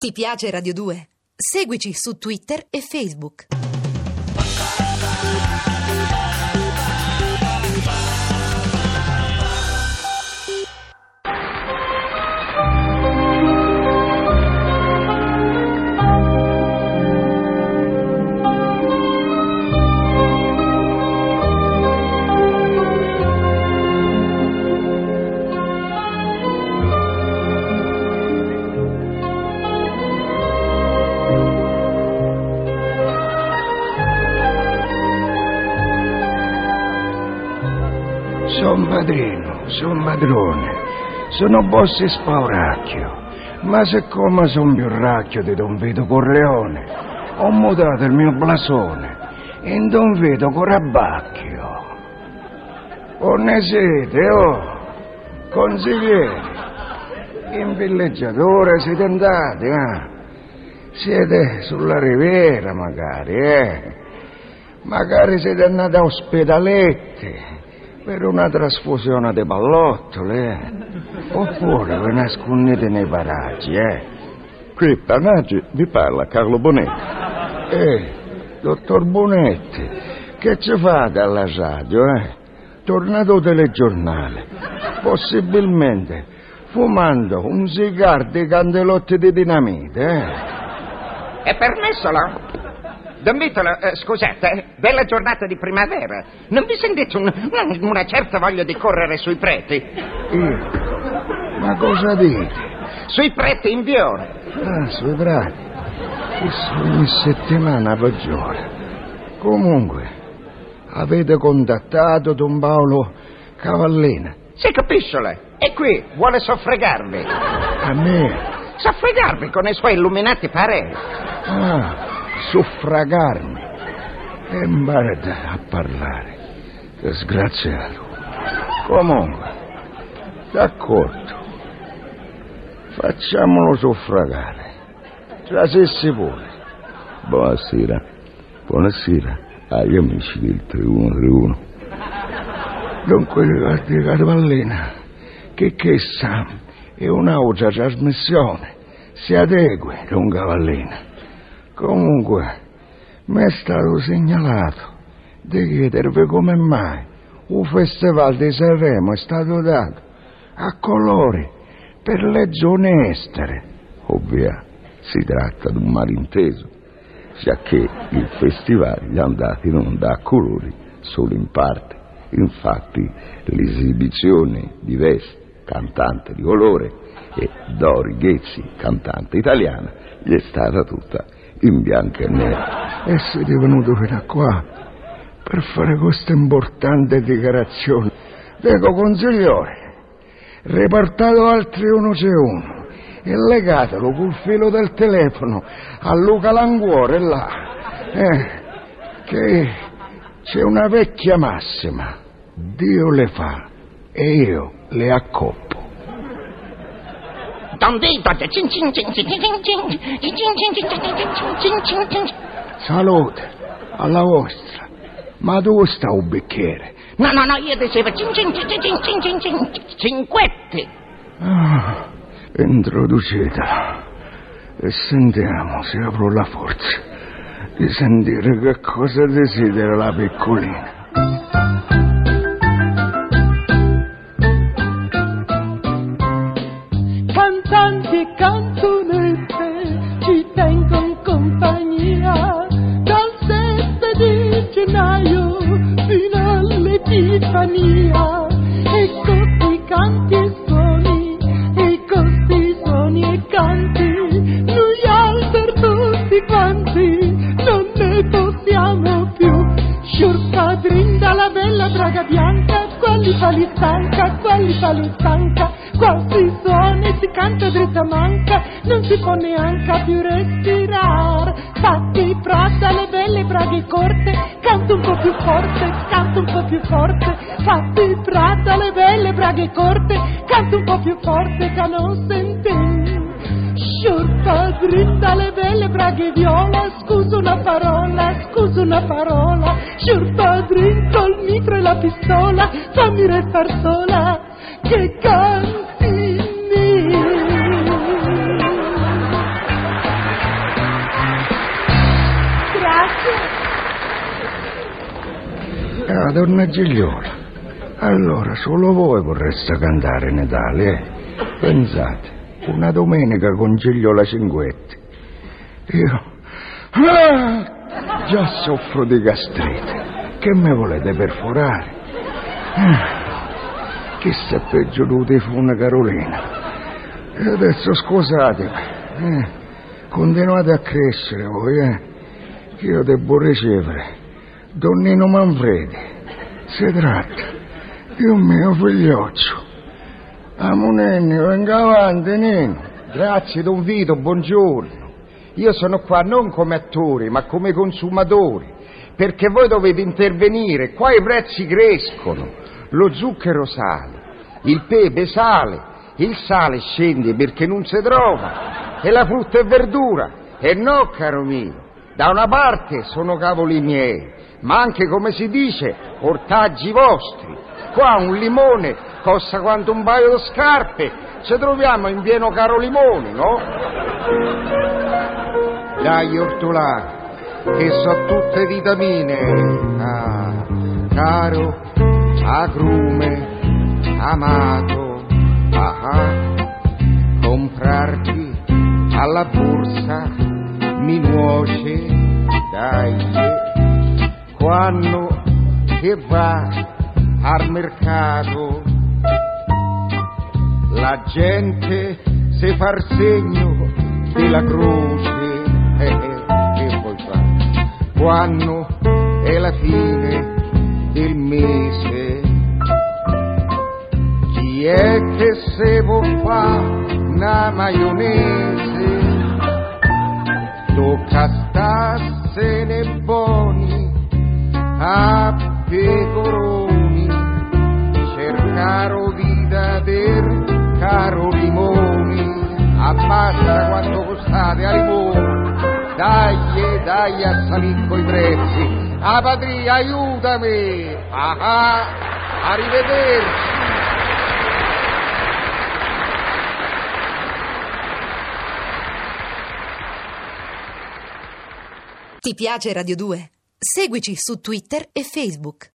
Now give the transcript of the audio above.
Ti piace Radio 2? Seguici su Twitter e Facebook. Son padrone, sono Bossi Spauracchio, ma siccome son più racchio di Don Vito Corleone, ho mutato il mio blasone in Don Vito Corabacchio. O ne siete, consiglieri, in villeggiatore siete andati, Siete sulla riviera magari, Magari siete andati a Ospedaletti per una trasfusione di pallottole, oppure vi nascondete nei paraggi, Qui, Paraggi, vi parla Carlo Bonetti. Dottor Bonetti, che ci fate alla radio, Tornato telegiornale, possibilmente fumando un sigaro di candelotti di dinamite, È permesso, Don Vito, scusate, bella giornata di primavera. Non vi sentite una certa voglia di correre sui preti? Ma cosa dite? Sui preti in Viore. Sui preti. Ogni settimana peggiore. Comunque, avete contattato Don Paolo Cavallina? Si capisce, è qui, vuole soffregarvi. A me? Soffregarvi con i suoi illuminati pareri. Suffragarmi e imparate a parlare, disgraziato. Comunque, d'accordo, facciamolo suffragare, trasessi pure. Buonasera agli amici del 3131. Dunque, di Cavallina, che sa, è un'altra trasmissione, si adegui, Don Cavallina. Comunque, mi è stato segnalato di chiedervi come mai un festival di Sanremo è stato dato a colori per le zone estere. Ovvia, si tratta di un malinteso, giacché il festival gli è andato in onda a colori solo in parte. Infatti, l'esibizione di Vesti, cantante di colore, e Dori Ghezzi, cantante italiana, gli è stata tutta in bianco e nero. E siete venuto fino a qua per fare questa importante dichiarazione. Dico, consigliere, riportato al 3161 e legatelo col filo del telefono a Luca Languore là, che c'è una vecchia massima: Dio le fa e io le accoppo. Salute, alla vostra. Ma dove sta un bicchiere? No, io dicevo cinquetti. Introducetela e sentiamo se avrò la forza di sentire che cosa desidera la piccolina. Cantanti e canzonette ci tengono compagnia dal 7 di gennaio fino all'Epifania. E questi canti e suoni, e questi suoni e canti, noi altri tutti quanti non ne possiamo più. Sciurpadrin dalla bella braga bianca, quelli fa li stanca, quasi suona e si canta dritta manca, non si può neanche più respirare. Fatti prata le belle braghe corte, canta un po' più forte, fatti prata le belle braghe corte, canta un po' più forte che non senti. Sciurpadrin dalle belle braghe viola, scusa una parola, Sciurpadrin col micro e la pistola, fammi restar sola, che cantini. la donna Gigliola. Allora, solo voi vorreste cantare Natale, eh? Pensate, una domenica con Gigliola Cinquetti. Io... già soffro di gastrite. Che me volete perforare? Chi sta peggio di Tifone Carolina? E adesso scusatemi, continuate a crescere voi, che io devo ricevere Donnino Manfredi. Si tratta di un mio figlioccio. Nenni, venga avanti, Nino. Grazie, Don Vito, buongiorno. Io sono qua non come attori, ma come consumatori, perché voi dovete intervenire. Qua i prezzi crescono, lo zucchero sale, il pepe sale, il sale scende perché non si trova, e la frutta e verdura. E no, caro mio, da una parte sono cavoli miei, ma anche, come si dice, ortaggi vostri. Qua un limone costa quanto un paio di scarpe, ci troviamo in pieno caro limone, no? Dai, ortolani, che so tutte vitamine. Caro, agrume, amato, comprarti alla borsa mi nuoce, dai, quando che va al mercato la gente se fa il segno della croce, che vuoi fare? Quando è la fine del mese, chi è che se vuol fare una maionese? Tocca starsene buoni a pecoroni, cercaro vita del caro limoni. Abbassa quanto costate a limone, dai a salire coi prezzi. Padrì, aiutami. Arrivederci. Ti piace Radio 2? Seguici su Twitter e Facebook.